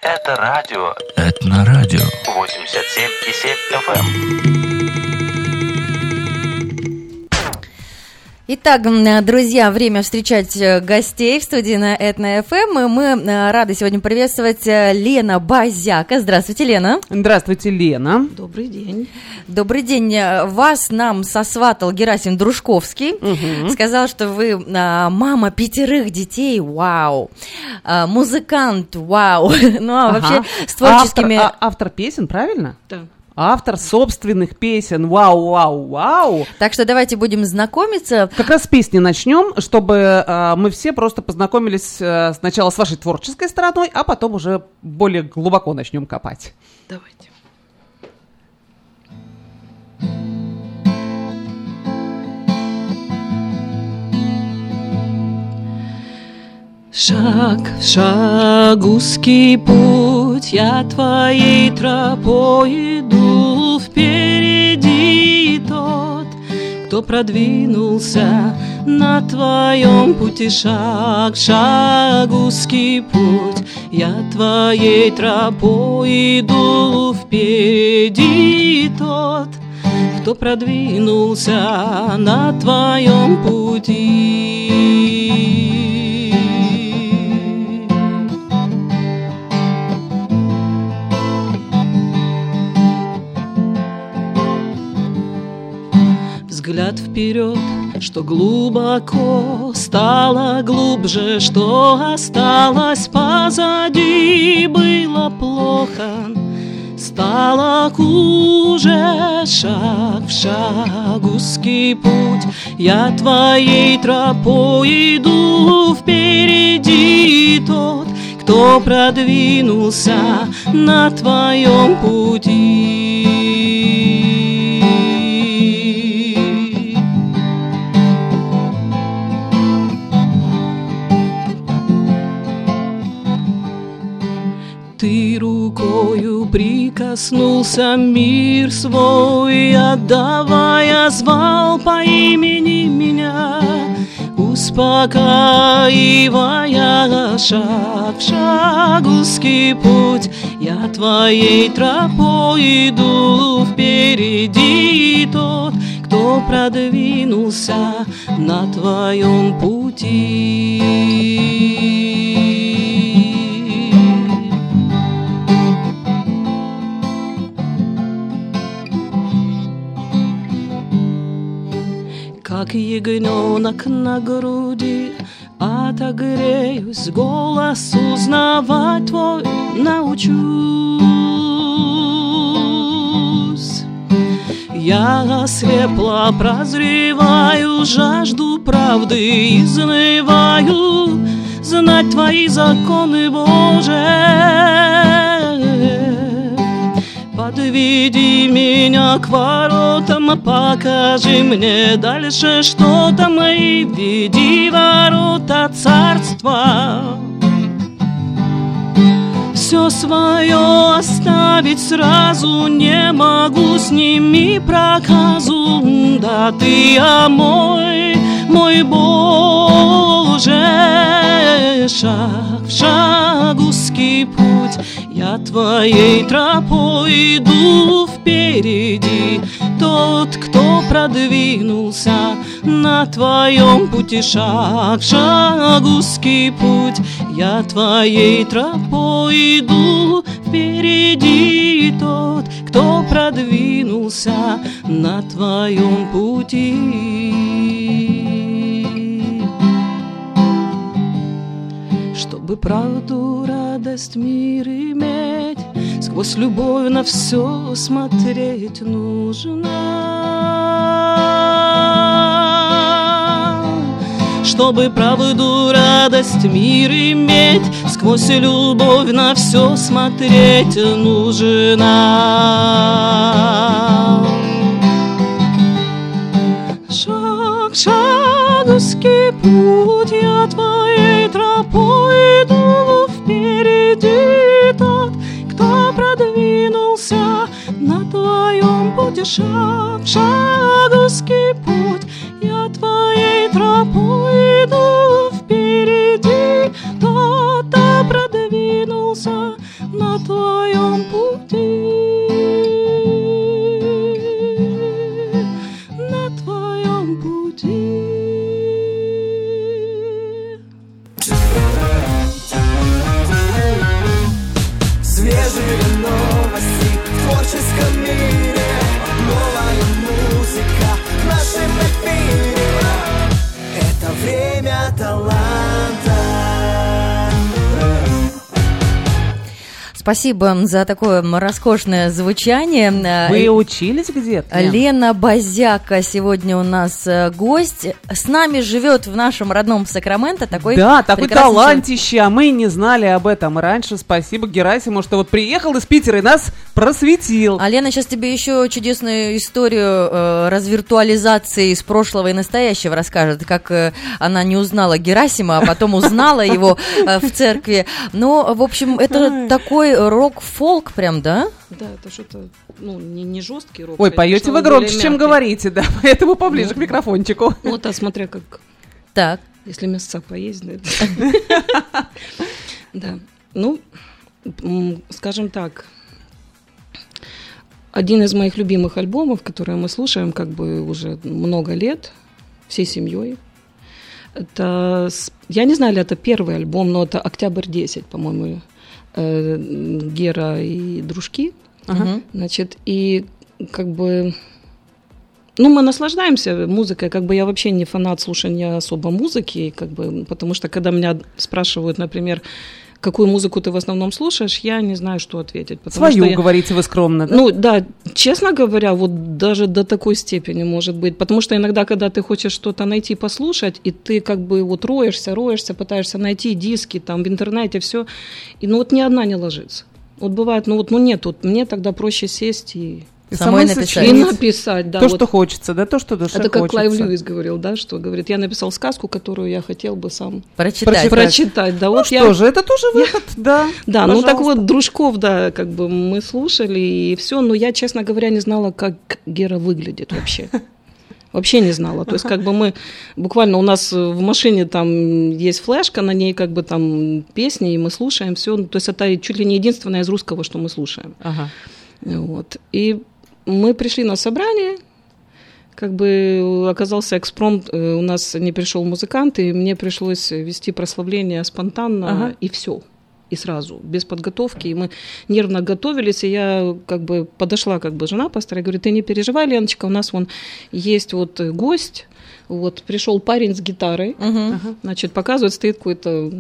Это радио. Этнорадио. 87,7 FM. Итак, друзья, время встречать гостей в студии на Этно-ФМ. Мы рады сегодня приветствовать Лена Базяка. Здравствуйте, Лена. Здравствуйте, Лена. Добрый день. Добрый день. Вас нам сосватал Герасим Дружковский. Сказал, что вы мама 5 детей. Вау. Музыкант. Вау. Ну, а вообще с творческими... Автор песен, правильно? Да. Автор собственных песен. Вау, вау, вау. Так что давайте будем знакомиться. Как раз с песни начнем, чтобы мы все просто познакомились сначала с вашей творческой стороной, а потом уже более глубоко начнем копать. Давайте. Шаг в шаг узкий путь, я твоей тропой иду. Впереди тот, кто продвинулся на твоем пути. Шаг в шаг узкий путь, я твоей тропой иду. Впереди тот, кто продвинулся на твоем пути. Взгляд вперед, что глубоко стало глубже, что осталось позади. Было плохо, стало хуже. Шаг в шаг узкий путь, я твоей тропой иду. Впереди тот, кто продвинулся на твоем пути. Ты рукою прикоснулся, мир свой отдавая, звал по имени меня, успокаивая. Шаг в шаг узкий путь, я твоей тропой иду. Впереди тот, кто продвинулся на твоем пути. Как ягненок на груди отогреюсь, голос узнавать твой научусь. Я ослепла, прозреваю, жажду правды, изнываю, знать твои законы, Боже. Подведи меня к воротам, покажи мне дальше, что там, и веди ворота царства. Все свое оставить сразу не могу, сними проказу. Да ты, мой Боже. Шаг в шаг узкий путь, я твоей тропой иду. Впереди тот, кто продвинулся на твоем пути. Шаг в шаг узкий путь, я твоей тропой иду. Впереди тот, кто продвинулся на твоем пути. Чтобы правду, радость, мир иметь, сквозь любовь на все смотреть нужно. Чтобы правду, радость, мир иметь, сквозь любовь на все смотреть нужно. Шаг в шаг узкий путь, я твоей тропой иду. Впереди тот, кто продвинулся на твоем пути. Шаг в шаг узкий путь, я твоей тропой иду. Впереди тот, кто продвинулся на твоем пути. На твоем пути. Свежие новости в творческом мире, новая музыка в нашем эфире. Это время таланта. Спасибо за такое роскошное звучание. Вы учились где-то? Лена Базяка сегодня у нас гость. С нами живет в нашем родном Сакраменто такой такой прекрасный талантище, а мы не знали об этом раньше. Спасибо Герасиму, что вот приехал из Питера и нас просветил. А Лена сейчас тебе еще чудесную историю развиртуализации из прошлого и настоящего расскажет, как она не узнала Герасима, а потом узнала его в церкви. Но, в общем, это такой рок-фолк прям, да? Да, это что-то, не жесткий рок. Ой, поете вы громче, чем говорите, да, поэтому поближе к микрофончику. Вот, а смотря как... Так. Если мясца поесть, да. Да, скажем так, один из моих любимых альбомов, которые мы слушаем как бы уже много лет, всей семьей, это, я не знаю, ли это первый альбом, но это «Октябрь-10», по-моему, Гера и дружки. Значит, и как бы... мы наслаждаемся музыкой, как бы я вообще не фанат слушания особо музыки, как бы, потому что когда меня спрашивают, например, какую музыку ты в основном слушаешь, я не знаю, что ответить. Свою, говорите вы скромно, да? Да, честно говоря, вот даже до такой степени может быть, потому что иногда, когда ты хочешь что-то найти, послушать, и ты как бы вот роешься, пытаешься найти диски там в интернете, все, и ни одна не ложится. Вот бывает, нет, мне тогда проще сесть и самой написать. И написать, да. То, что хочется, да, то, что душе хочется. Это как Клайв Льюис говорил, да, что говорит, я написал сказку, которую я хотел бы сам прочитать. Да, вот что же, это тоже выход, да. Да, так вот, дружков, да, как бы мы слушали, и все, но я, честно говоря, не знала, как Гера выглядит вообще. Вообще не знала. То есть, как бы мы буквально у нас в машине там есть флешка, на ней как бы там песни, и мы слушаем все. То есть, это чуть ли не единственное из русского, что мы слушаем. Вот. И мы пришли на собрание, как бы оказался экспромт, у нас не пришел музыкант, и мне пришлось вести прославление спонтанно, и все. И сразу, без подготовки. И мы нервно готовились, и я как бы подошла, как бы жена пастора, и говорю, ты не переживай, Леночка, у нас гость, пришел парень с гитарой, значит, показывает, стоит какой-то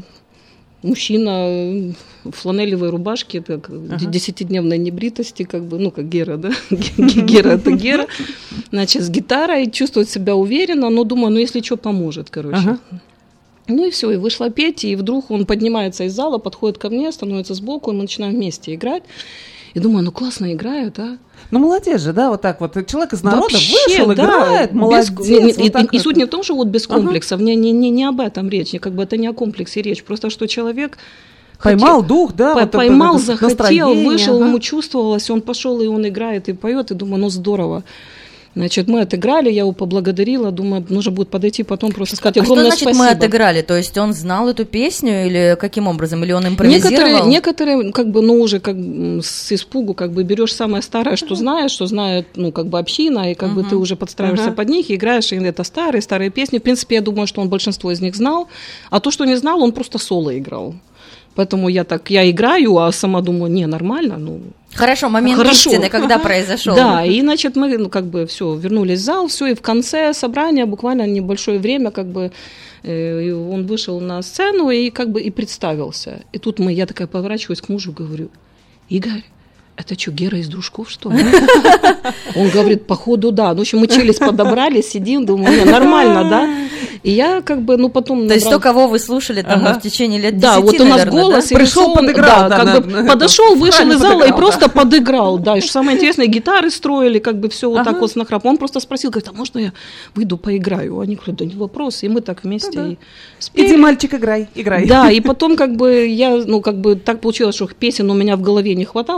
мужчина в фланелевой рубашке, так, 10-дневной небритости, как бы, как Гера, да? Гера это Гера. Значит, с гитарой, чувствует себя уверенно, но думаю, если что, поможет, короче. И все, и вышла петь, и вдруг он поднимается из зала, подходит ко мне, становится сбоку, и мы начинаем вместе играть. И думаю, классно играют, а? Молодец же, да, вот так вот. Человек из народа вышел, играет, молодец. И суть не в том, что без комплексов, не об этом речь, как бы это не о комплексе речь, просто что человек... Поймал дух, да? Поймал, захотел, вышел, ему чувствовалось, он пошел, и он играет, и поет, и думаю, здорово. Значит, мы отыграли, я его поблагодарила, думаю, нужно будет подойти потом просто сказать огромное спасибо. Что значит мы отыграли? То есть он знал эту песню или каким образом? Или он импровизировал? Некоторые как бы, уже как бы с испугу как бы берешь самое старое, что знаешь, что знает, как бы община, и как бы ты уже подстраиваешься под них и играешь, и это старые песни. В принципе, я думаю, что он большинство из них знал, а то, что не знал, он просто соло играл. Поэтому я играю, а сама думаю, нормально, Хорошо, момент истины, когда произошел. Да, и, значит, мы, как бы, все, вернулись в зал, все, и в конце собрания, буквально небольшое время, как бы, он вышел на сцену и, как бы, и представился. И тут я такая поворачиваюсь к мужу, говорю, Игорь, это что, Гера из дружков, что ли? Он говорит, походу, да. В общем, мы челюсть подобрали, сидим, думаю, нормально, да? И я как бы, потом... То есть то, кого вы слушали там в течение лет 10, да, вот у нас наверное, голос, да? Пришел, подыграл. Да, как бы подошел, вышел из зала и просто подыграл, да. И что самое интересное, гитары строили, как бы все вот так вот с нахрапом. Он просто спросил, говорит, а можно я выйду поиграю? Они говорят, да не вопрос. И мы так вместе и спели. Иди, мальчик, играй. Да, и потом как бы я, как бы так получилось, что песен у меня в голове не хватало, но когда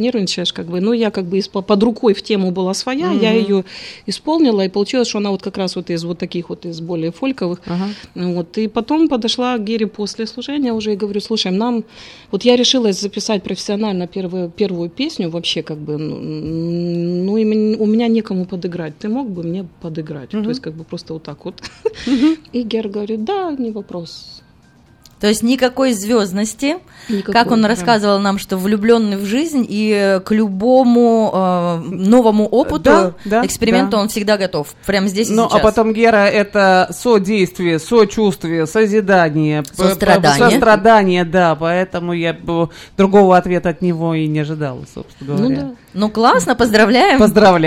нервничаешь, как бы. Ну, я как бы под рукой в тему была своя, я ее исполнила, и получилось, что она вот как раз вот из вот таких вот, из более фольковых. Вот. И потом подошла к Гере после служения уже и говорю, слушай, вот я решилась записать профессионально первую песню вообще, как бы, ну, и у меня некому подыграть. Ты мог бы мне подыграть? То есть, как бы просто вот так вот. И Гера говорит, да, не вопрос. То есть никакой звездности, как он рассказывал нам, что влюбленный в жизнь и к любому новому опыту, эксперименту он всегда готов, прямо здесь и сейчас. А потом Гера — это содействие, сочувствие, созидание, сострадание, да, поэтому я другого ответа от него и не ожидала, собственно говоря. Ну да. Ну классно, поздравляем.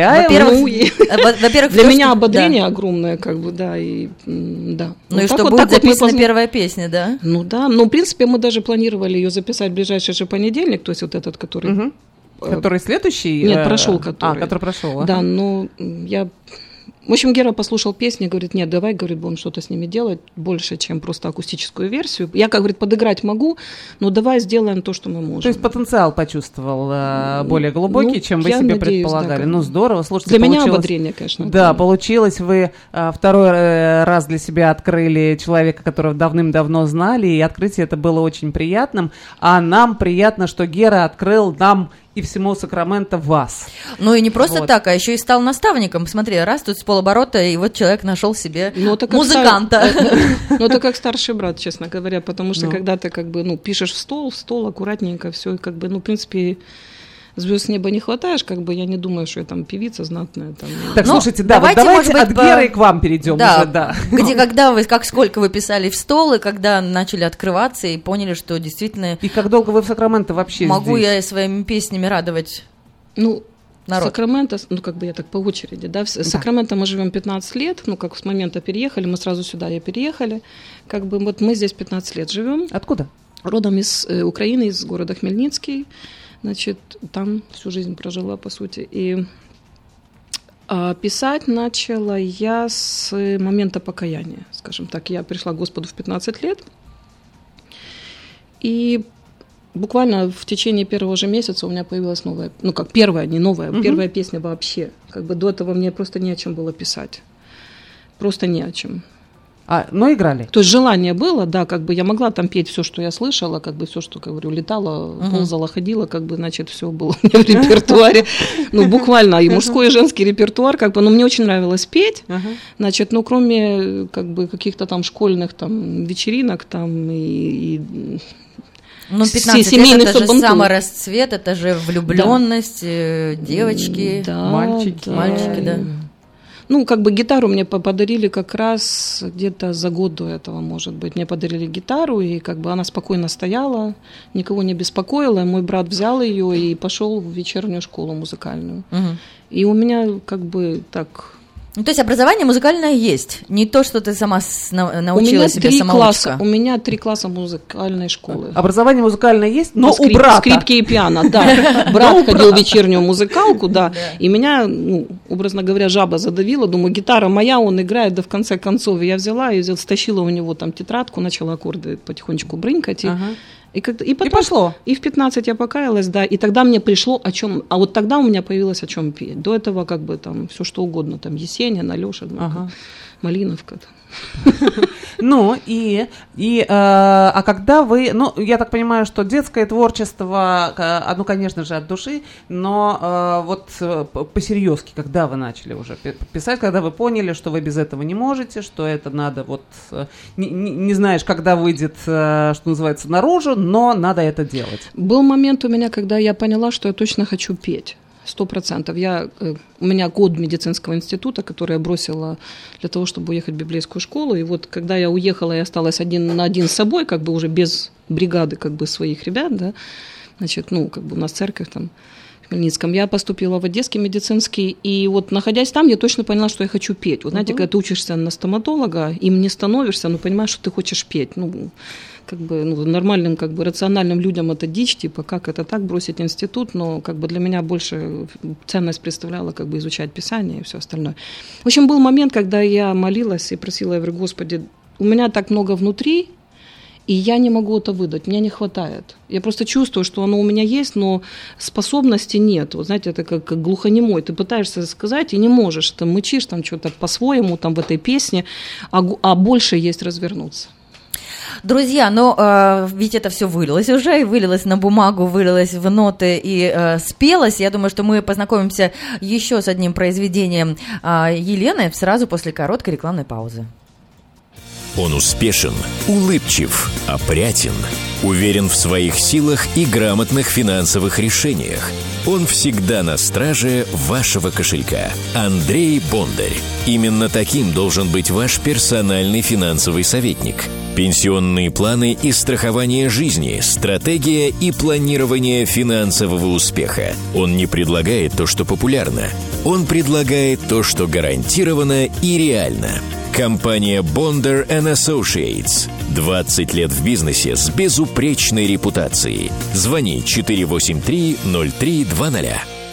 Во-первых, для меня ободрение огромное, как бы, да, и да. Ну и что будет записана первая песня, да? Ну да, ну в принципе мы даже планировали ее записать в ближайший же понедельник, то есть вот этот, который... Который следующий? Нет, прошел который. Который прошел. Да, но я... В общем, Гера послушал песни, говорит, нет, давай, говорит, будем что-то с ними делать, больше, чем просто акустическую версию. Я, как говорит, подыграть могу, но давай сделаем то, что мы можем. То есть потенциал почувствовал более глубокий, чем вы себе предполагали. Да, здорово. Слушайте, для меня ободрение, конечно. Да, получилось. Вы второй раз для себя открыли человека, которого давным-давно знали, и открытие это было очень приятным. А нам приятно, что Гера открыл нам и всему Сакраменто вас. Ну и не просто так, а еще и стал наставником. Смотри, раз тут с полоборота, и вот человек нашел себе музыканта. Ну это как старший брат, честно говоря, потому что когда ты как бы, пишешь в стол аккуратненько, все, и как бы, в принципе... Звезд с неба не хватаешь, как бы я не думаю, что я там певица знатная. Там. Так, слушайте, да, давайте может быть, от Геры к вам перейдем уже, да. Когда вы, сколько вы писали в стол, и когда начали открываться, и поняли, что действительно... И как долго вы в Сакраменто вообще могу здесь? Я своими песнями радовать народ? Сакраменто, как бы я так по очереди, да, в Сакраменто мы живем 15 лет, как с момента переехали, мы сразу сюда переехали, как бы вот мы здесь 15 лет живем. Откуда? Родом из Украины, из города Хмельницкий. Значит, там всю жизнь прожила, по сути. И писать начала я с момента покаяния, скажем так. Я пришла к Господу в 15 лет. И буквально в течение первого же месяца у меня появилась новая, первая, не новая, первая песня вообще. Как бы до этого мне просто не о чем было писать. Просто не о чем. Но играли? То есть желание было, да, как бы я могла там петь все, что я слышала, как бы все, что, говорю, летала, ползала, ходила, как бы, значит, все было у меня в репертуаре. Буквально и мужской, и женский репертуар, как бы, но мне очень нравилось петь, значит, кроме, как бы, каких-то там школьных там вечеринок там и 15 лет это же самый расцвет, это же влюбленность, девочки, мальчики, да. Как бы гитару мне подарили как раз где-то за год до этого, может быть. Мне подарили гитару, и как бы она спокойно стояла, никого не беспокоила. Мой брат взял ее и пошел в вечернюю школу музыкальную. И у меня как бы так... то есть образование музыкальное есть, не то, что ты сама научила себе самоучка. У меня 3 класса музыкальной школы. Образование музыкальное есть, но у брата. Скрипки и пиано, да. Брат ходил в вечернюю музыкалку, да. И меня, образно говоря, жаба задавила. Думаю, гитара моя, он играет, да в конце концов. Я взяла и стащила у него там тетрадку, начала аккорды потихонечку брынкать. И потом, пошло. И в 15 я покаялась, да, и тогда мне пришло о чем, а вот тогда у меня появилось о чем петь. До этого как бы там все что угодно, там Есенин, Алёша, Малиновка. А когда вы, я так понимаю, что детское творчество, конечно же, от души, но вот по-серьезки, когда вы начали уже писать, когда вы поняли, что вы без этого не можете, что это надо не знаешь, когда выйдет, что называется, наружу, но надо это делать. Был момент у меня, когда я поняла, что я точно хочу петь. 100%. У меня год медицинского института, который я бросила для того, чтобы уехать в библейскую школу. И вот когда я уехала и осталась один на один с собой, как бы уже без бригады как бы своих ребят, да, значит, как бы у нас церковь там в Хмельницком, я поступила в Одесский медицинский, и вот находясь там, я точно поняла, что я хочу петь. Вот знаете, когда ты учишься на стоматолога, им не становишься, но понимаешь, что ты хочешь петь. Как бы, нормальным, как бы, рациональным людям это дичь, типа, как это так, бросить институт, но, как бы, для меня больше ценность представляла, как бы, изучать Писание и все остальное. В общем, был момент, когда я молилась и просила, я говорю, Господи, у меня так много внутри, И я не могу это выдать, мне не хватает. Я просто чувствую, что оно у меня есть, но способности нет. Вот знаете, это как глухонемой. Ты пытаешься сказать и не можешь. Ты мычишь там что-то по-своему там в этой песне, а больше есть развернуться. Друзья, ведь это все вылилось уже, и вылилось на бумагу, вылилось в ноты и спелось. Я думаю, что мы познакомимся еще с одним произведением Елены сразу после короткой рекламной паузы. Он успешен, улыбчив, опрятен, уверен в своих силах и грамотных финансовых решениях. Он всегда на страже вашего кошелька. Андрей Бондарь. Именно таким должен быть ваш персональный финансовый советник. Пенсионные планы и страхование жизни, стратегия и планирование финансового успеха. Он не предлагает то, что популярно. Он предлагает то, что гарантированно и реально. Компания Bonder & Associates. 20 лет в бизнесе с безупречной репутацией. Звони 483-0320.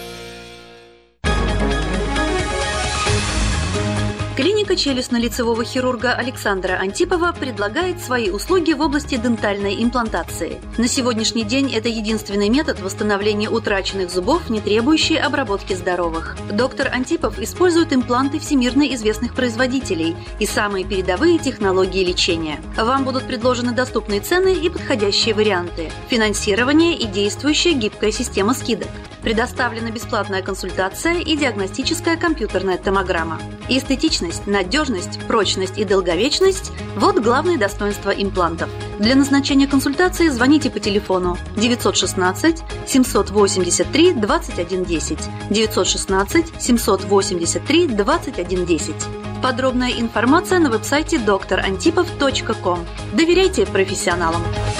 Клиника челюстно-лицевого хирурга Александра Антипова предлагает свои услуги в области дентальной имплантации. На сегодняшний день это единственный метод восстановления утраченных зубов, не требующий обработки здоровых. Доктор Антипов использует импланты всемирно известных производителей и самые передовые технологии лечения. Вам будут предложены доступные цены и подходящие варианты. Финансирование и действующая гибкая система скидок. Предоставлена бесплатная консультация и диагностическая компьютерная томограмма. Эстетичность, надежность, прочность и долговечность – вот главные достоинства имплантов. Для назначения консультации звоните по телефону 916 783 2110, 916 783 2110. Подробная информация на веб-сайте drantipov.com. Доверяйте профессионалам.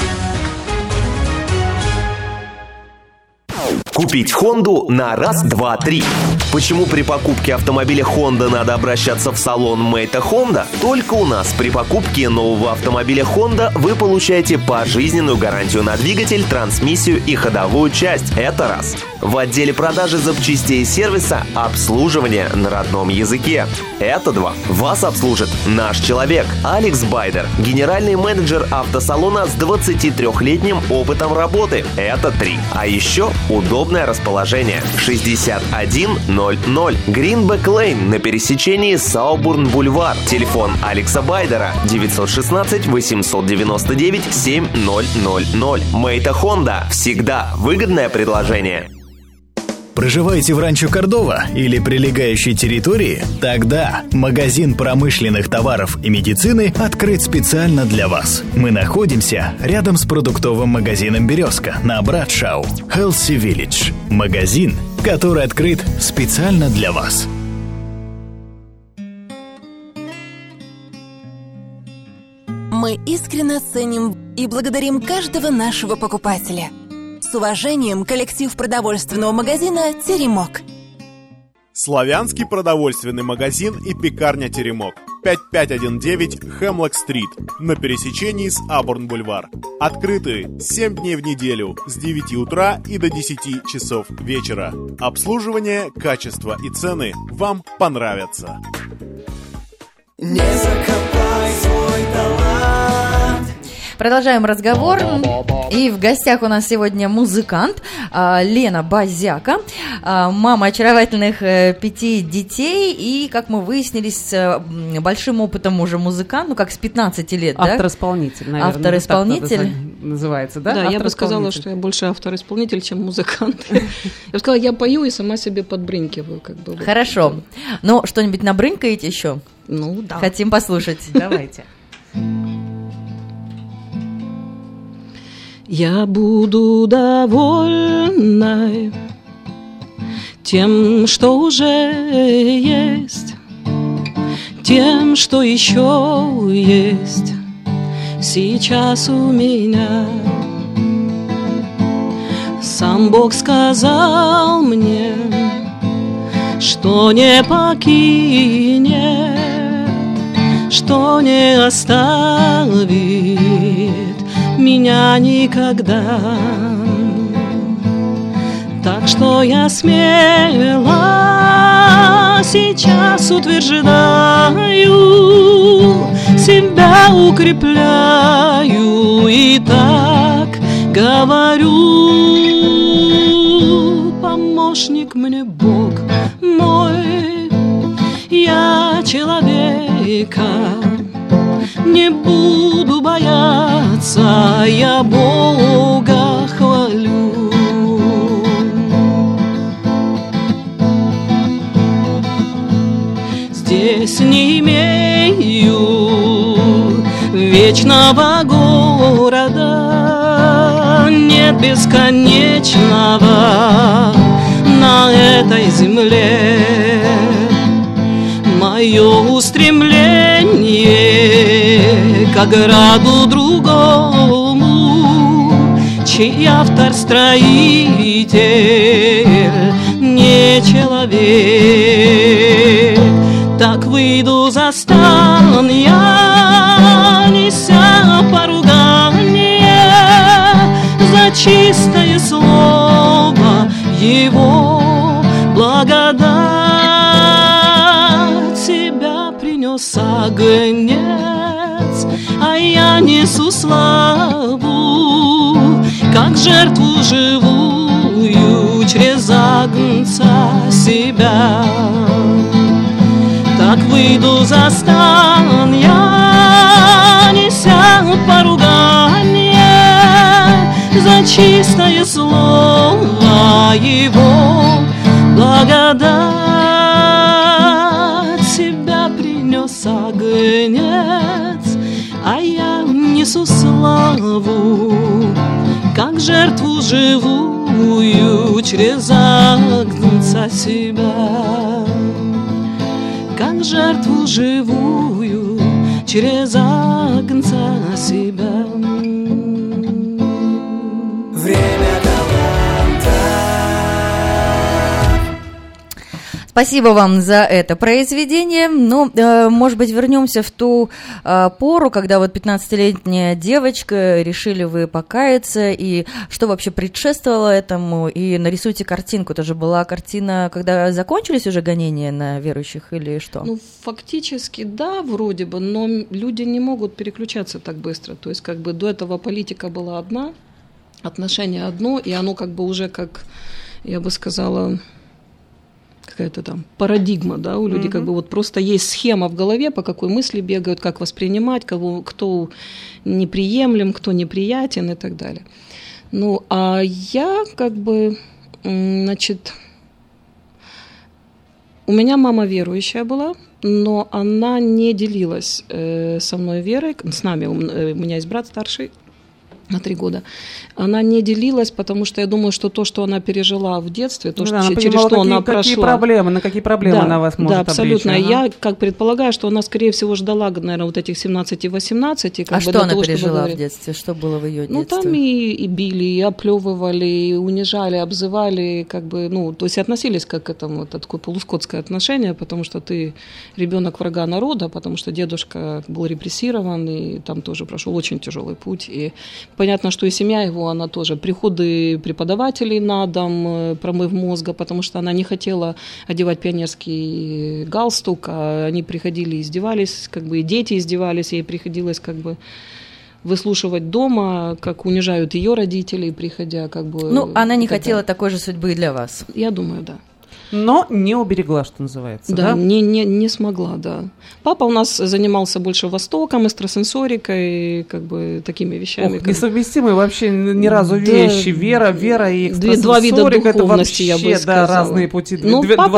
Купить Хонду на раз, два, три. Почему при покупке автомобиля Honda надо обращаться в салон Мэйта Honda? Только у нас при покупке нового автомобиля Honda вы получаете пожизненную гарантию на двигатель, трансмиссию и ходовую часть. Это раз. В отделе продажи запчастей и сервиса обслуживание на родном языке. Это два. Вас обслужит наш человек Алекс Байдер, генеральный менеджер автосалона с 23-летним опытом работы. Это три. А еще удобное расположение. 6100 Гринбек Лейн на пересечении Саубурн-Бульвар. Телефон Алекса Байдера 916 899 7000. Мэйта Honda. Всегда выгодное предложение. Проживаете в Ранчо Кордова или прилегающей территории? Тогда магазин промышленных товаров и медицины открыт специально для вас. Мы находимся рядом с продуктовым магазином «Березка» на Братшау. Healthy Village. Магазин, который открыт специально для вас. Мы искренне ценим и благодарим каждого нашего покупателя. С уважением, коллектив продовольственного магазина «Теремок». Славянский продовольственный магазин и пекарня «Теремок». 5519 Хемлок-стрит на пересечении с Абурн-бульвар. Открыты 7 дней в неделю с 9 утра и до 10 часов вечера. Обслуживание, качество и цены вам понравятся. Не закопай свой талант. Продолжаем разговор. И в гостях у нас сегодня музыкант Лена Базяка, мама очаровательных 5 детей и, как мы выяснили, с большим опытом уже музыкант, как с 15 лет, да? Автор-исполнитель, наверное. Автор-исполнитель. Называется, да? Да, я бы сказала, что я больше автор-исполнитель, чем музыкант. Я бы сказала, я пою и сама себе подбрынкиваю. Хорошо. Ну, что-нибудь набрынкаете еще? Ну, да. Хотим послушать. Давайте. Я буду довольной тем, что уже есть, тем, что еще есть сейчас у меня. Сам Бог сказал мне, что не покинет, что не оставит меня никогда. Так что я смело сейчас утверждаю себя укрепляю и так говорю: помощник мне Бог мой, я человека не буду бояться, я Бога хвалю. Здесь не имею вечного города, нет бесконечного на этой земле. Мое устремление к ограду другому, чей автор-строитель не человек. Так выйду за стан я, неся поругание за чистое слово его благодать. Себя принес агнец, а я несу славу, как жертву живую через агнца себя. Так выйду за стан я, неся поругание за чистое слово его благодать. Себя принес агнец, а я несу славу, как жертву живую через агнца себя. Как жертву живую через агнца себя. Время таланта. Спасибо вам за это произведение. Ну, может быть, вернемся в ту пору, когда вот 15-летняя девочка, решили вы покаяться, и что вообще предшествовало этому, и нарисуйте картинку. Это же была картина, когда закончились уже гонения на верующих, или что? Ну, фактически, да, вроде бы, но люди не могут переключаться так быстро. То есть, как бы до этого политика была одна, отношение одно, и оно как бы уже, как, я бы сказала, какая-то там парадигма, да, у людей как бы вот просто есть схема в голове, по какой мысли бегают, как воспринимать, кто неприемлем, кто неприятен и так далее. Ну, а я как бы, значит, у меня мама верующая была, но она не делилась со мной верой, с нами, у меня есть брат старший, на 3 года. Она не делилась, потому что я думаю, что то, что она пережила в детстве, то, да, что, через что она прошла... На какие проблемы она вас может обречь. Да, абсолютно. Ага. Я как предполагаю, что она, скорее всего, ждала, наверное, вот этих 17-18. А что она пережила в детстве? Что было в ее детстве? Ну, там и били, и оплевывали, и унижали, обзывали, как бы, ну, то есть относились как к этому, это такое полускотское отношение, потому что ты ребенок врага народа, потому что дедушка был репрессирован, и там тоже прошел очень тяжелый путь, и понятно, что и семья его, она тоже, приходы преподавателей на дом, промыв мозга, потому что она не хотела одевать пионерский галстук, а они приходили и издевались, как бы и дети издевались, ей приходилось как бы выслушивать дома, как унижают ее родителей, приходя как бы... Ну, она не хотела такой же судьбы и для вас. Я думаю, да. Но не уберегла, что называется, да? Да, не смогла, да. Папа у нас занимался больше Востоком, экстрасенсорикой, как бы такими вещами. Ох, несовместимые вообще ни разу вещи. Вера и экстрасенсорика. Два вида духовности, я бы сказала. Да, разные пути. Ну, папа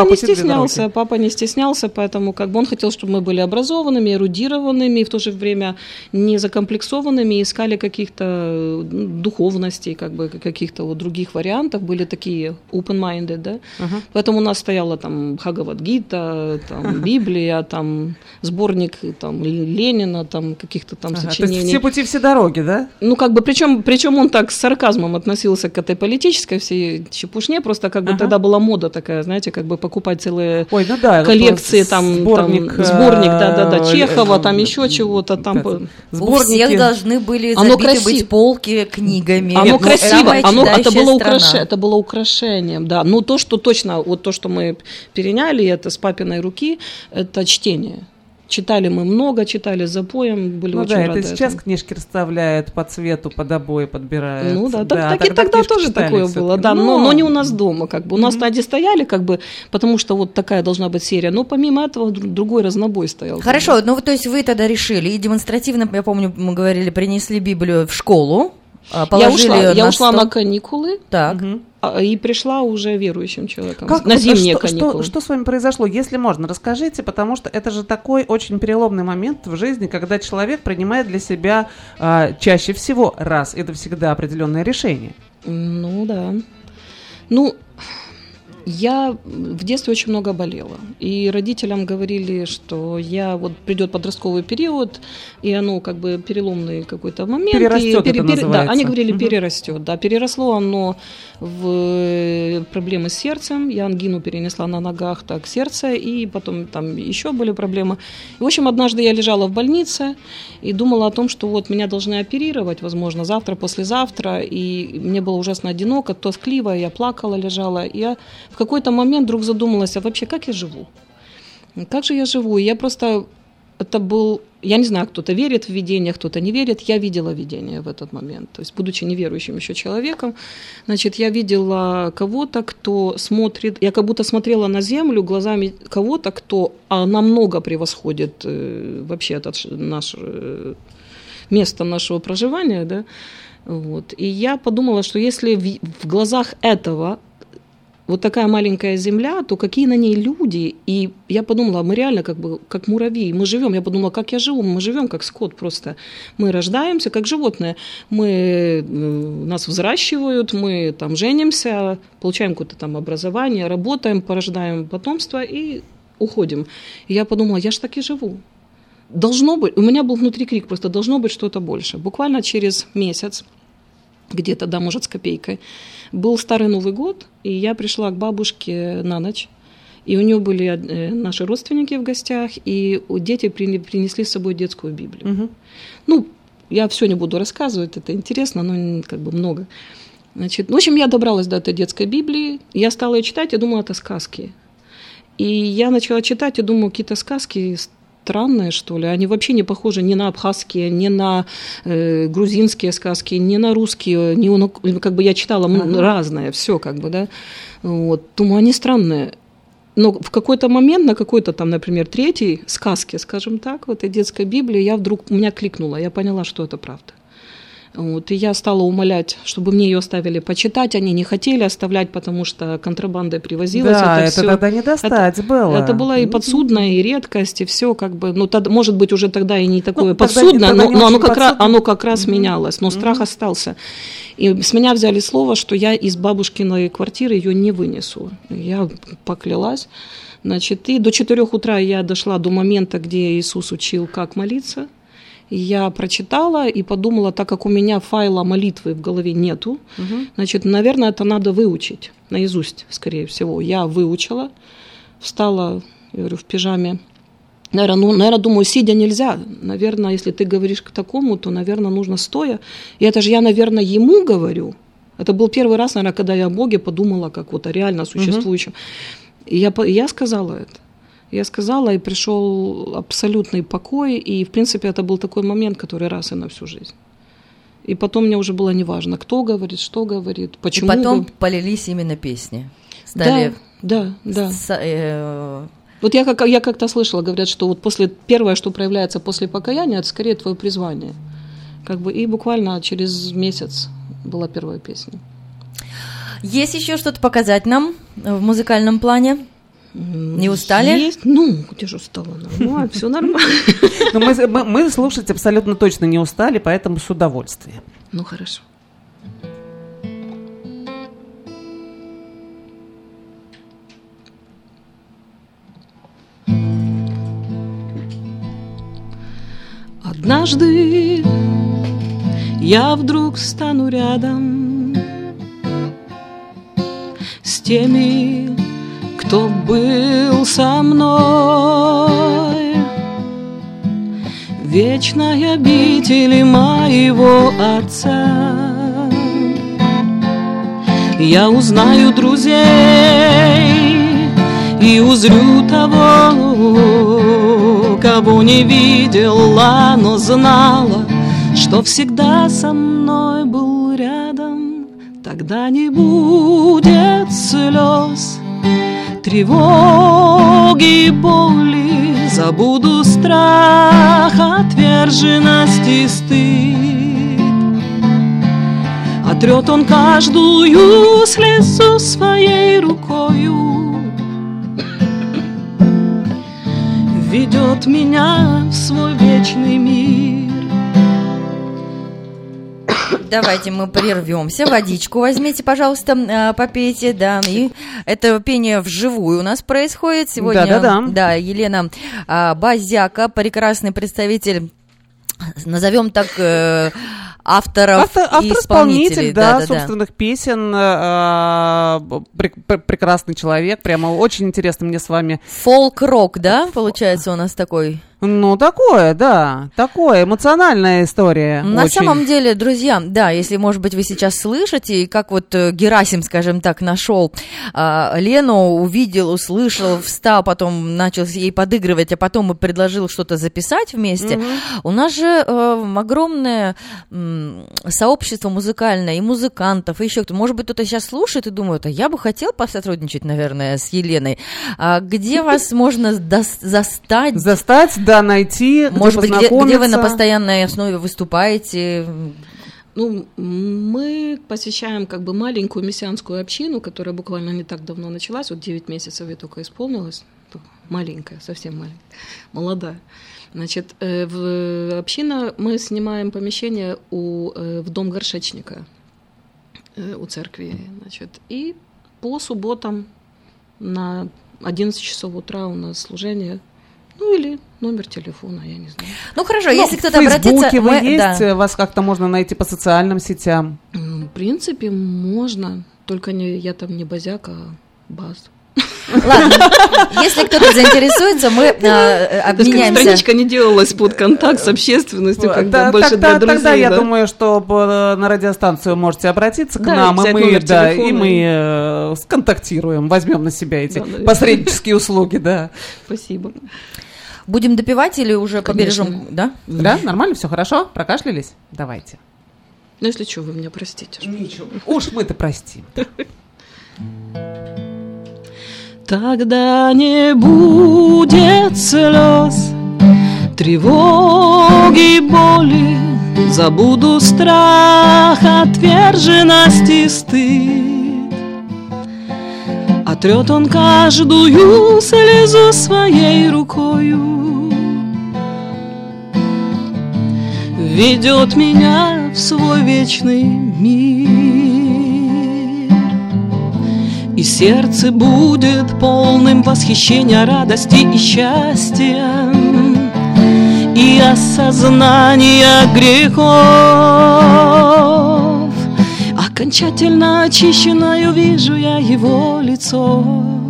не стеснялся, поэтому как бы он хотел, чтобы мы были образованными, эрудированными, и в то же время не закомплексованными, искали каких-то духовностей, как бы каких-то вот других вариантов, были такие open-minded, да. Поэтому у нас стояла там Бхагавад-гита, там Библия, там сборник там Ленина, там каких-то там сочинений. То есть все пути, все дороги, да? Ну, как бы, причем он так с сарказмом относился к этой политической всей чепушне, просто как бы тогда была мода такая, знаете, как бы покупать целые коллекции, там сборник, да, Чехова, там еще чего-то, там. У всех должны были забиты быть полки книгами. Оно красиво, это было украшением, да. Но то, что точно, вот то, что мы переняли, это с папиной руки, это чтение. Читали мы много, читали за поем, были очень рады. Это сейчас книжки расставляют по цвету, под обои подбирают. Ну да, так и тогда тоже такое было, да, но не у нас дома, как бы. У нас стадии стояли, как бы, потому что вот такая должна быть серия, но помимо этого другой разнобой стоял. Хорошо, ну то есть вы тогда решили, и демонстративно, я помню, мы говорили, принесли Библию в школу, я ушла на каникулы. Так. И пришла уже верующим человеком на зимние каникулы. Что с вами произошло, если можно, расскажите, потому что это же такой очень переломный момент в жизни, когда человек принимает для себя чаще всего раз, это всегда определенное решение. Ну да. Ну, я в детстве очень много болела, и родителям говорили, что придет подростковый период, и оно как бы переломный какой-то момент. Перерастет, это называется. Да, они говорили, перерастет. Да, переросло оно в проблемы с сердцем. Я ангину перенесла на ногах, так, сердце, и потом там еще были проблемы. И, в общем, однажды я лежала в больнице и думала о том, что вот меня должны оперировать, возможно, завтра, послезавтра, и мне было ужасно одиноко, тоскливо, я плакала, лежала, и я в какой-то момент вдруг задумалась, а вообще, как я живу? Как же я живу? И я просто, это был, я не знаю, кто-то верит в видение, кто-то не верит, я видела видение в этот момент. То есть, будучи неверующим еще человеком, значит, я видела кого-то, кто смотрит, я как будто смотрела на землю глазами кого-то, кто намного превосходит вообще место нашего проживания, да, вот. И я подумала, что если в глазах этого вот такая маленькая земля, то какие на ней люди? И я подумала, мы реально как бы как муравьи, мы живем. Я подумала, как я живу? Мы живем как скот просто. Мы рождаемся как животные. Нас взращивают, мы там женимся, получаем какое-то там образование, работаем, порождаем потомство и уходим. И я подумала, я ж так и живу. Должно быть, у меня был внутри крик, просто должно быть что-то больше. Буквально через месяц, где-то, да, может, с копейкой, был Старый Новый год, и я пришла к бабушке на ночь, и у нее были наши родственники в гостях, и дети принесли с собой детскую Библию. Угу. Ну, я все не буду рассказывать, это интересно, но как бы много. Значит, в общем, я добралась до этой детской Библии, я стала ее читать, я думала, это сказки. И я начала читать, и думаю, какие-то сказки странные, что ли. Они вообще не похожи ни на абхазские, ни на грузинские сказки, ни на русские. Как бы я читала разное, все как бы, да. Вот. Думаю, они странные. Но в какой-то момент, на какой-то там, например, третьей сказке, скажем так, в этой детской Библии, у меня кликнуло, я поняла, что это правда. Вот, и я стала умолять, чтобы мне ее оставили почитать. Они не хотели оставлять, потому что контрабандой привозилось. Да, это тогда не достать было. Это была и подсудная, и редкость, и все как бы. Ну, может быть, уже тогда и не такое подсудное, но оно как раз менялось. Но страх остался. И с меня взяли слово, что я из бабушкиной квартиры ее не вынесу. Я поклялась. Значит, и до 4 утра я дошла до момента, где Иисус учил, как молиться. Я прочитала и подумала, так как у меня файла молитвы в голове нету, значит, наверное, это надо выучить наизусть, скорее всего. Я выучила, встала, я говорю, в пижаме. Наверное, думаю, сидя нельзя. Наверное, если ты говоришь к такому, то, наверное, нужно стоя. И это же я, наверное, ему говорю. Это был первый раз, наверное, когда я о Боге подумала, как вот о реально существующем. И я сказала это. Я сказала, и пришел абсолютный покой, и, в принципе, это был такой момент, который раз и на всю жизнь. И потом мне уже было неважно, кто говорит, что говорит, почему. И потом полились именно песни. Стали... Да. Вот я как-то слышала, говорят, что вот первое, что проявляется после покаяния, это скорее твое призвание. Как бы, и буквально через месяц была первая песня. Есть еще что-то показать нам в музыкальном плане? Не устали? Есть. Ну, где же устала? Нормально, все нормально. Мы слушать абсолютно точно не устали, поэтому с удовольствием. Ну, хорошо. Однажды я вдруг стану рядом с теми, кто был со мной в вечной обители моего Отца. Я узнаю друзей и узрю того, никого не видела, но знала, что всегда со мной был рядом. Тогда не будет слез, тревоги, боли, забуду страх, отверженность и стыд. Отрет он каждую слезу своей рукою, ведет меня в свой вечный мир. Давайте мы прервемся, водичку возьмите, пожалуйста, попейте, да, и это пение вживую у нас происходит сегодня. Да, Елена Базяка, прекрасный представитель, назовем так, авторов и исполнителей, да, собственных песен, прекрасный человек, прямо очень интересно мне с вами. Фолк-рок, да, получается у нас такой? Ну, такое, да, такое, эмоциональная история. На очень. самом деле, друзья, да, если, может быть, вы сейчас слышите, и как вот Герасим, скажем так, нашел Лену, увидел, услышал, встал, потом начал ей подыгрывать, а потом и предложил что-то записать вместе. У нас же огромное сообщество музыкальное, и музыкантов, и еще кто-то. Может быть, кто-то сейчас слушает и думает, а я бы хотел посотрудничать, наверное, с Еленой. Где вас можно застать? Да, найти, может быть, где вы на постоянной основе выступаете? Ну, мы посещаем как бы маленькую мессианскую общину, которая буквально не так давно началась, вот 9 месяцев ей только исполнилось, маленькая, совсем маленькая, молодая. Значит, в община мы снимаем помещение в дом горшечника у церкви, значит, и по субботам на 11 часов утра у нас служение. Ну, или номер телефона, я не знаю. Ну, хорошо, если кто-то обратится... В Фейсбуке вы есть? Да. Вас как-то можно найти по социальным сетям? В принципе, можно. Только я там не Базяк, а Баз. Ладно, если кто-то заинтересуется, мы обменяемся. Страничка не делалась под контакт с общественностью, когда больше для друзей. Тогда я думаю, что на радиостанцию можете обратиться к нам, и мы сконтактируем, возьмем на себя эти посреднические услуги, да. Спасибо. Будем допивать или уже побережем? Да? Да, нормально, все хорошо? Прокашлялись? Давайте. Ну, если что, вы меня простите. Ничего. Уж мы-то простим. Тогда не будет слез, тревоги, боли, забуду страх, отверженность и стыд. Отрет он каждую слезу своей рукою, ведет меня в свой вечный мир. И сердце будет полным восхищения, радости и счастья, и осознания грехов. Окончательно очищенную вижу я его лицо,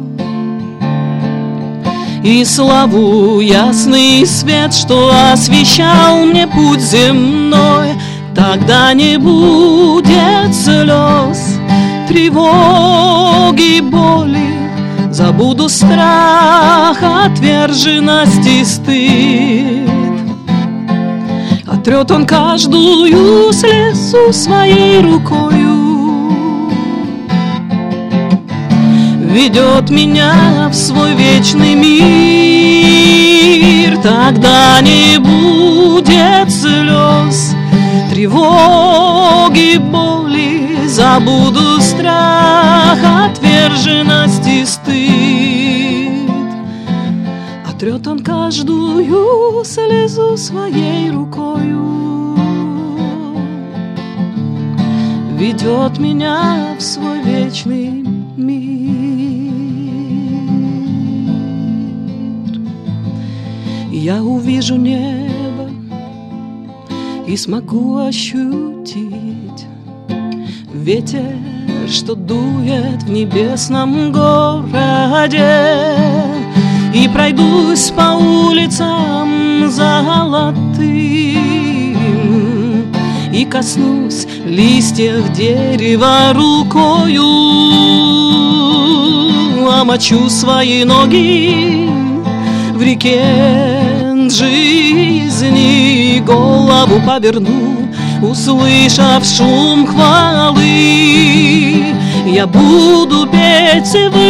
и славу ясный свет, что освещал мне путь земной. Тогда не будет слез, тревоги, боли, забуду страх, отверженность и стыд. Отрет он каждую слезу своей рукою, ведет меня в свой вечный мир. Тогда не будет слез, тревоги, боли, забуду страх, отверженность и стыд. Отрет он каждую слезу своей рукою, ведет меня в свой вечный мир. Я увижу небо и смогу ощутить ветер, что дует в небесном городе, и пройдусь по улицам золотым, и коснусь листьев дерева рукою, омочу свои ноги в реке момент жизни голову поверну, услышав шум хвалы, я буду петь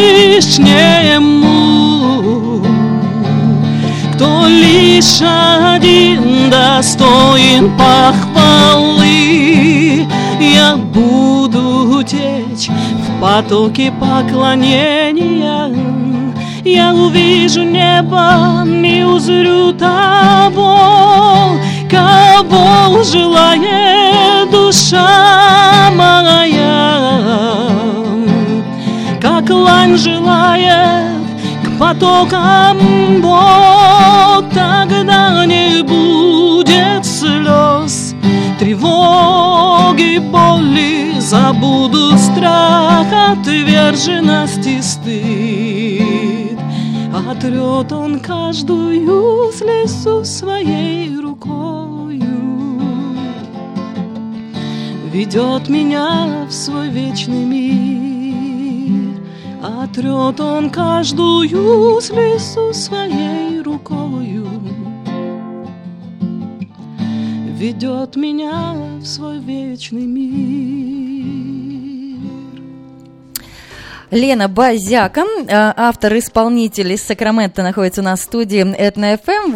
Всевышнему, кто лишь один достоин похвалы. Я буду течь в потоке поклонения, я увижу небо и узрю того, кого желает душа моя, как лань желает к потокам вод. Тогда не будет слез, тревоги, боли, забуду страх, отверженность и стыд. Отрет он каждую слезу своей рукою, ведет меня в свой вечный мир. Отрет он каждую слезу своей рукою, ведет меня в свой вечный мир. Лена Базяка, автор-исполнитель из Сакрамента, находится у нас в студии Этно-ФМ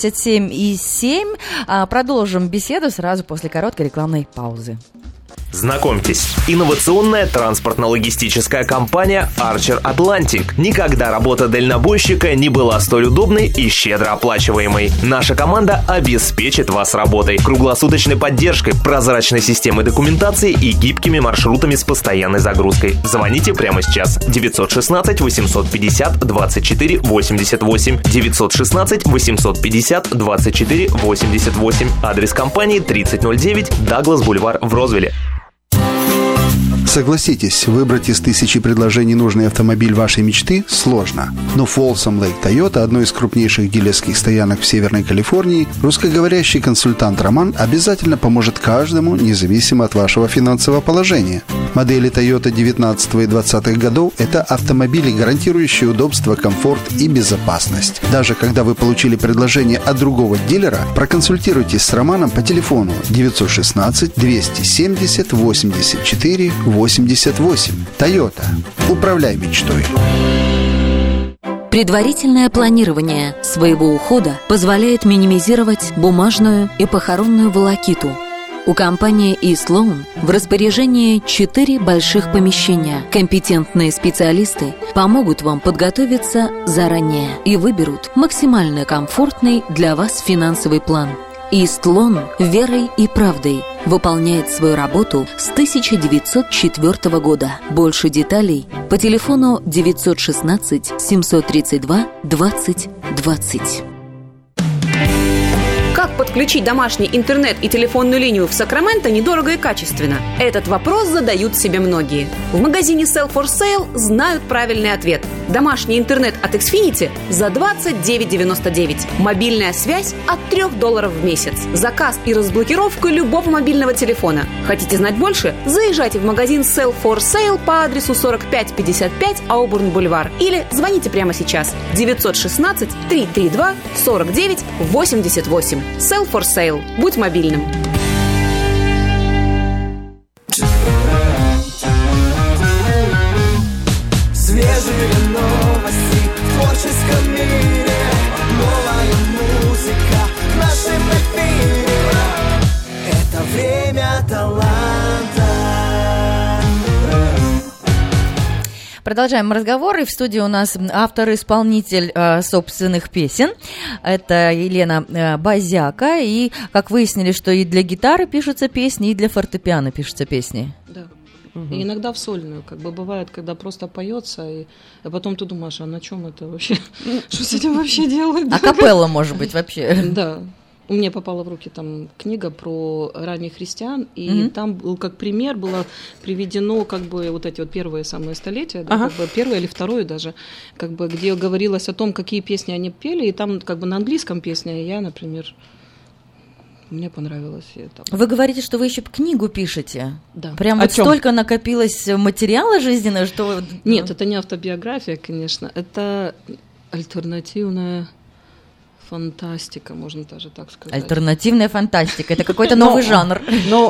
87,7. Продолжим беседу сразу после короткой рекламной паузы. Знакомьтесь, инновационная транспортно-логистическая компания Archer Atlantic. Никогда работа дальнобойщика не была столь удобной и щедро оплачиваемой. Наша команда обеспечит вас работой, круглосуточной поддержкой, прозрачной системой документации и гибкими маршрутами с постоянной загрузкой. Звоните прямо сейчас. 916 850 24 88. 916 850 24 88. Адрес компании 3009 Даглас Бульвар в Розвилле. Согласитесь, выбрать из тысячи предложений нужный автомобиль вашей мечты сложно. Но в Folsom Lake Toyota, одной из крупнейших дилерских стоянок в Северной Калифорнии, русскоговорящий консультант Роман обязательно поможет каждому, независимо от вашего финансового положения. Модели Toyota 19 и 20-х годов – это автомобили, гарантирующие удобство, комфорт и безопасность. Даже когда вы получили предложение от другого дилера, проконсультируйтесь с Романом по телефону 916 270 84 88. Toyota. Управляй мечтой. Предварительное планирование своего ухода позволяет минимизировать бумажную и похоронную волокиту. У компании East Loan в распоряжении 4 больших помещения. Компетентные специалисты помогут вам подготовиться заранее и выберут максимально комфортный для вас финансовый план. East Loan верой и правдой выполняет свою работу с 1904 года. Больше деталей по телефону 916 732 20 20. Как подключить домашний интернет и телефонную линию в Сакраменто недорого и качественно? Этот вопрос задают себе многие. В магазине Sell for Sale знают правильный ответ. Домашний интернет от Xfinity за $29.99. Мобильная связь от $3 в месяц. Заказ и разблокировка любого мобильного телефона. Хотите знать больше? Заезжайте в магазин Sell for Sale по адресу 4555 Аубурн Бульвар или звоните прямо сейчас 916 332 49 88. Sell for Sale. Будь мобильным. Свежие новости в творческом мире. Новая музыка в нашем эфире. Это время таланта. Продолжаем разговор, и в студии у нас автор-исполнитель собственных песен. Это Елена Базяка, и как выяснили, что и для гитары пишутся песни, и для фортепиано пишутся песни. Да. И иногда в сольную, как бы бывает, когда просто поется, а потом ты думаешь, а на чем это вообще? Что с этим вообще делать? А капелла, может быть, вообще. Да. Мне попала в руки там книга про ранних христиан, и там был как пример, было приведено как бы вот эти вот первые самые столетия, да, как бы первое или второе даже, как бы где говорилось о том, какие песни они пели, и там как бы на английском песня, и я, например, мне понравилось это. Вы говорите, что вы еще книгу пишете? Да. Прям вот столько накопилось материала жизненного, что... Нет, это не автобиография, конечно, это альтернативная Фантастика, можно даже так сказать. Альтернативная фантастика. Это какой-то новый жанр. Но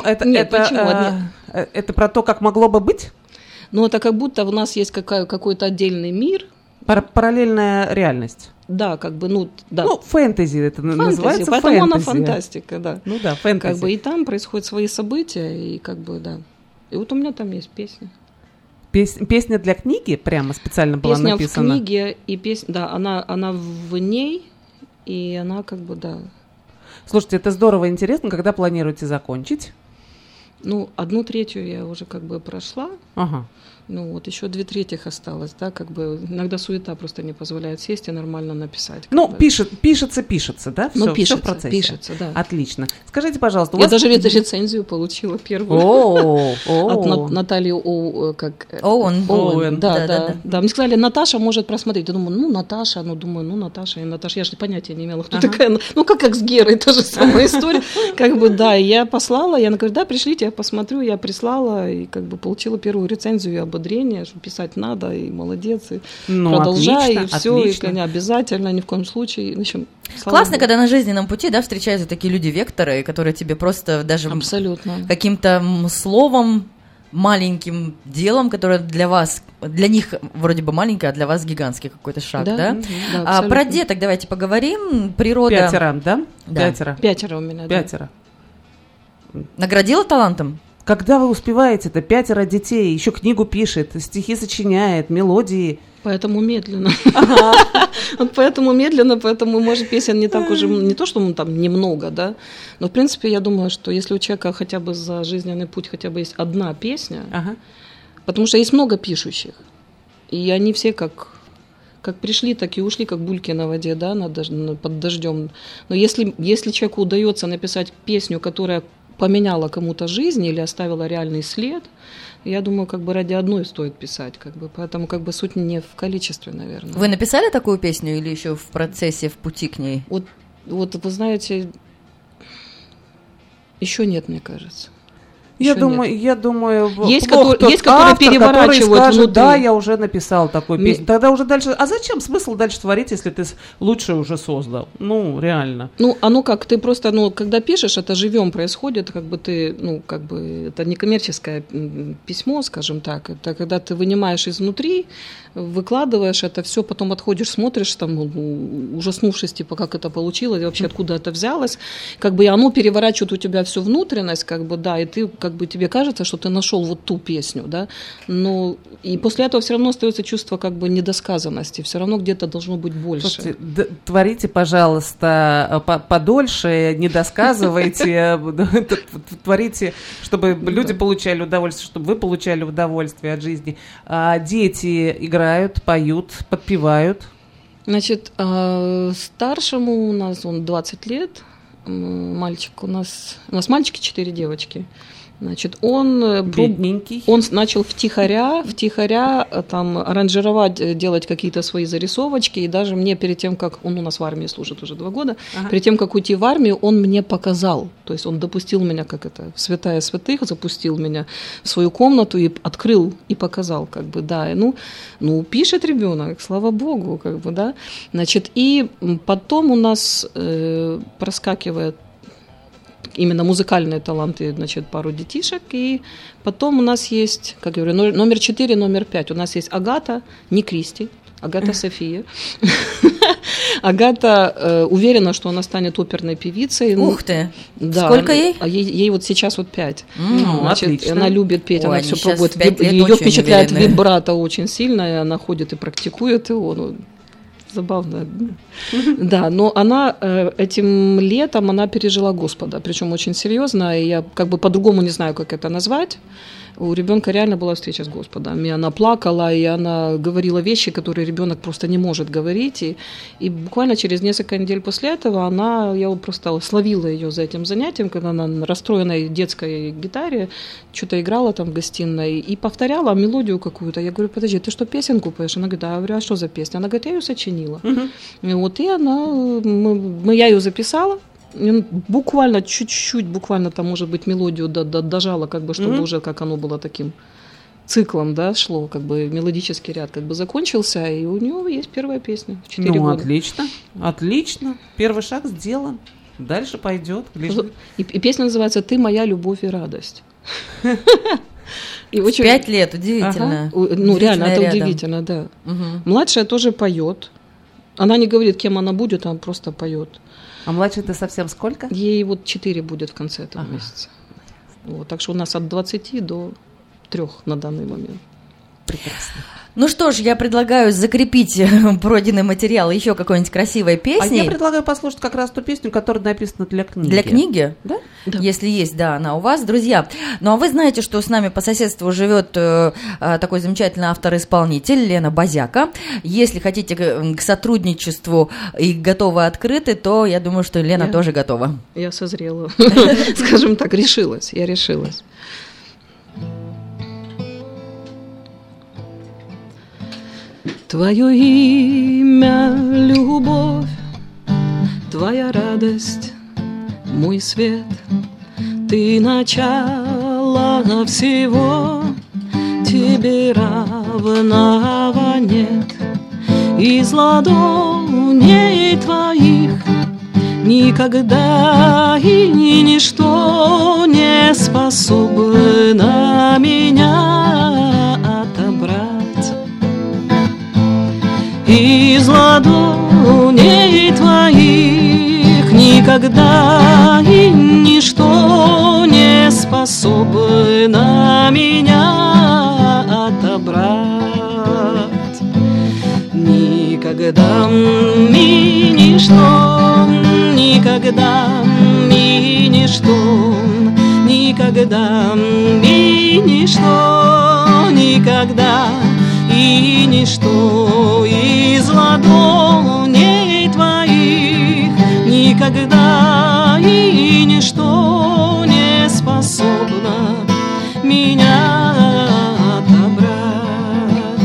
это про то, как могло бы быть? Ну, это как будто у нас есть какой-то отдельный мир. Параллельная реальность. Да, как бы, ну, да. Ну, фэнтези это называется, поэтому фэнтези. она фантастика, да. Ну да, фэнтези. Как бы и там происходят свои события, и как бы, да. И вот у меня там есть песня. Песня для книги прямо специально была написана? Песня в книге, и песня, да, она в ней, и она как бы, да. Слушайте, это здорово, интересно, когда планируете закончить? Ну, 1/3 я уже как бы прошла. Ага. Ну, вот еще 2/3 осталось, да, как бы иногда суета просто не позволяет сесть и нормально написать. Ну, бы. пишется, да? Ну, всё, пишется, всё в процессе. пишется, да. Отлично. Скажите, пожалуйста, я даже рецензию получила первую. От Натальи Оуэн. Да. Мне сказали, Наташа может просмотреть. Я думаю, Наташа, и Наташа. Я же понятия не имела, кто такая. Ну, как с Герой, та же самая история. Как бы, да, я послала, я говорю, да, пришлите, я посмотрю, я прислала, и как бы получила первую рецензию, ободрение, что писать надо, и молодец, и продолжай, и все, и обязательно, ни в коем случае. В общем, классно, когда на жизненном пути, да, встречаются такие люди-векторы, которые тебе просто даже каким-то словом, маленьким делом, которое для них вроде бы маленькое, а для вас гигантский какой-то шаг, да? Да, про деток давайте поговорим. Природа... 5, да? Да. 5 у меня, 5. Да. Наградила талантом? Когда вы успеваете-то? 5 детей, еще книгу пишет, стихи сочиняет, мелодии. Поэтому медленно. Поэтому медленно, поэтому, может, песен не так уже, не то, что там немного, да, но, в принципе, я думаю, что если у человека хотя бы за жизненный путь хотя бы есть одна песня, потому что есть много пишущих, и они все как пришли, так и ушли, как бульки на воде, да, под дождем. Но если человеку удается написать песню, которая поменяла кому-то жизнь или оставила реальный след, я думаю, как бы ради одной стоит писать, как бы, поэтому как бы суть не в количестве, наверное. Вы написали такую песню или еще в процессе, в пути к ней? Вот вы знаете, еще нет, мне кажется. Я думаю, есть, которые переворачивают скажет, внутри. Да, я уже написал такую песню. Тогда уже дальше. А зачем смысл дальше творить, если ты лучше уже создал? Ну, реально. Ну, как ты просто, когда пишешь, это живем происходит, как бы ты, это не коммерческое письмо, скажем так. Это когда ты вынимаешь изнутри, выкладываешь это все, потом отходишь, смотришь, там, ужаснувшись, типа, как это получилось, вообще откуда это взялось, как бы и оно переворачивает у тебя всю внутренность, как бы, да, и ты как бы тебе кажется, что ты нашел вот ту песню, да, но и после этого все равно остается чувство как бы недосказанности, все равно где-то должно быть больше. Слушайте, творите, пожалуйста, подольше, не досказывайте, творите, чтобы люди получали удовольствие, чтобы вы получали удовольствие от жизни. Дети играют, поют, подпевают. Значит, старшему у нас он 20 лет, мальчик, у нас мальчики 4 девочки. Значит, он начал втихаря там аранжировать, делать какие-то свои зарисовочки, и даже мне перед тем, как он у нас в армии служит уже 2 года, перед тем, как уйти в армию, он мне показал, то есть он допустил меня, как это, в святая святых, запустил меня в свою комнату и открыл и показал, как бы, да, ну пишет ребенок, слава богу, как бы, да, значит, и потом у нас проскакивает именно музыкальные таланты, значит, пару детишек, и потом у нас есть, как я говорю, номер 4, номер 5, у нас есть Агата, не Кристи, Агата София. Агата уверена, что она станет оперной певицей. Ух ты! Да, сколько ей? Ей вот сейчас вот 5. Значит, она любит петь, она все пробует. Ее впечатляет вибрато очень сильно, и она ходит и практикует его. Забавно. Да, но она этим летом она пережила Господа, причем очень серьезно, и я как бы по-другому не знаю, как это назвать. У ребенка реально была встреча с Господом, и она плакала, и она говорила вещи, которые ребенок просто не может говорить, и буквально через несколько недель после этого я просто словила ее за этим занятием, когда она на расстроенной детской гитаре что-то играла там в гостиной и повторяла мелодию какую-то. Я говорю, подожди, ты что, песенку поешь? Она говорит, я говорю, а что за песня? Она говорит, я ее сочинила. И вот и я ее записала. Буквально чуть-чуть, буквально там, может быть, мелодию дожала, как бы, чтобы уже как оно было таким циклом, да, шло, как бы мелодический ряд как бы закончился, и у него есть первая песня в 4 года. Отлично, отлично. Первый шаг сделан. Дальше пойдет. И песня называется «Ты моя любовь и радость». И очень... 5 лет, удивительно. Ну, реально, это удивительно, да. Младшая тоже поет. Она не говорит, кем она будет, она просто поет. А младшая-то совсем сколько? Ей вот 4 будет в конце этого месяца. Вот, так что у нас от 20 до 3 на данный момент. Прекрасно. Ну что ж, я предлагаю закрепить пройденный материал еще какой-нибудь красивой песней. А я предлагаю послушать как раз ту песню, которая написана для книги. Для книги? Да? Если есть, да, она у вас. Друзья, ну а вы знаете, что с нами по соседству живет такой замечательный автор-исполнитель Лена Базяка. Если хотите к сотрудничеству и готовы открыты, то я думаю, что Лена тоже готова. Я созрела, скажем так, решилась. Твое имя — любовь, твоя радость, мой свет. Ты начало всего, тебе равного нет. Из ладоней твоих никогда и ничто не способно меня отобрать. Из ладоней твоих никогда и ничто не способно меня отобрать. Никогда и ничто, никогда и ничто, никогда и ничто, никогда и ничто из ладоней твоих никогда и ничто не способно меня отобрать.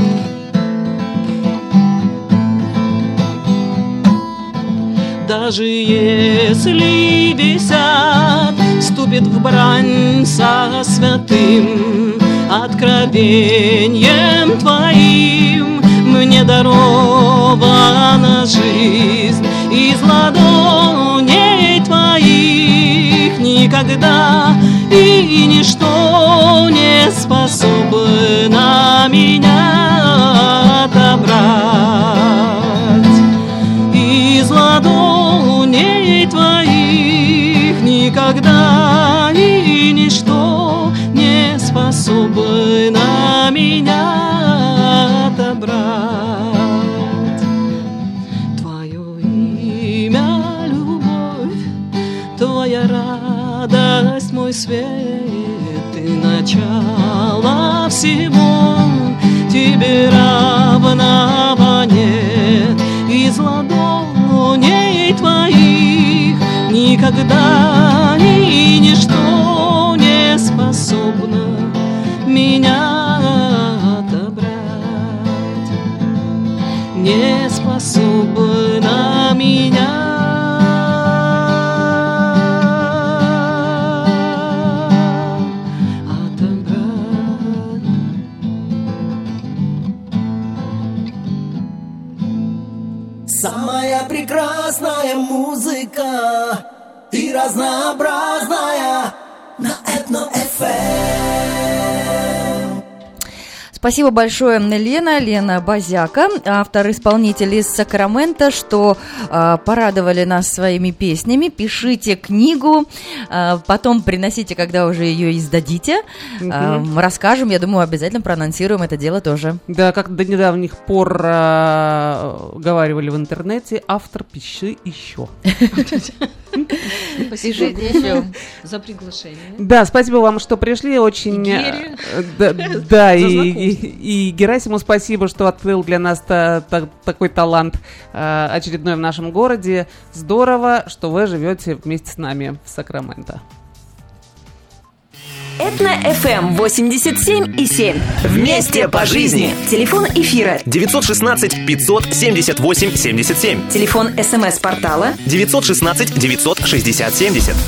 Даже если десят вступит в брань со святым откровением твоим, мне дарована жизнь из ладоней твоих никогда и ничто не способно меня отобрать. Из ладоней твоих никогда и ничто не способна меня отобрать. Твое имя — любовь, твоя радость, мой свет. Ты начало всего, тебе равного нет. Из ладоней твоих никогда и ничто не способно меня отобрать, не способна меня отобрать. Самая прекрасная музыка и разнообразная на Этно-ФМ. Спасибо большое, Лена Базяка, автор-исполнитель из Сакрамента, что порадовали нас своими песнями. Пишите книгу, потом приносите, когда уже ее издадите. Расскажем, я думаю, обязательно проанонсируем это дело тоже. Да, как до недавних пор говаривали в интернете, автор, пиши еще. Спасибо еще за приглашение. Да, спасибо вам, что пришли. Очень. Да, и Герасиму спасибо, что открыл для нас такой талант очередной в нашем городе. Здорово, что вы живете вместе с нами в Сакраменто. Этно-ФМ 87,7. Вместе по жизни. Телефон эфира 916 578 77. Телефон СМС-портала 916 960 70.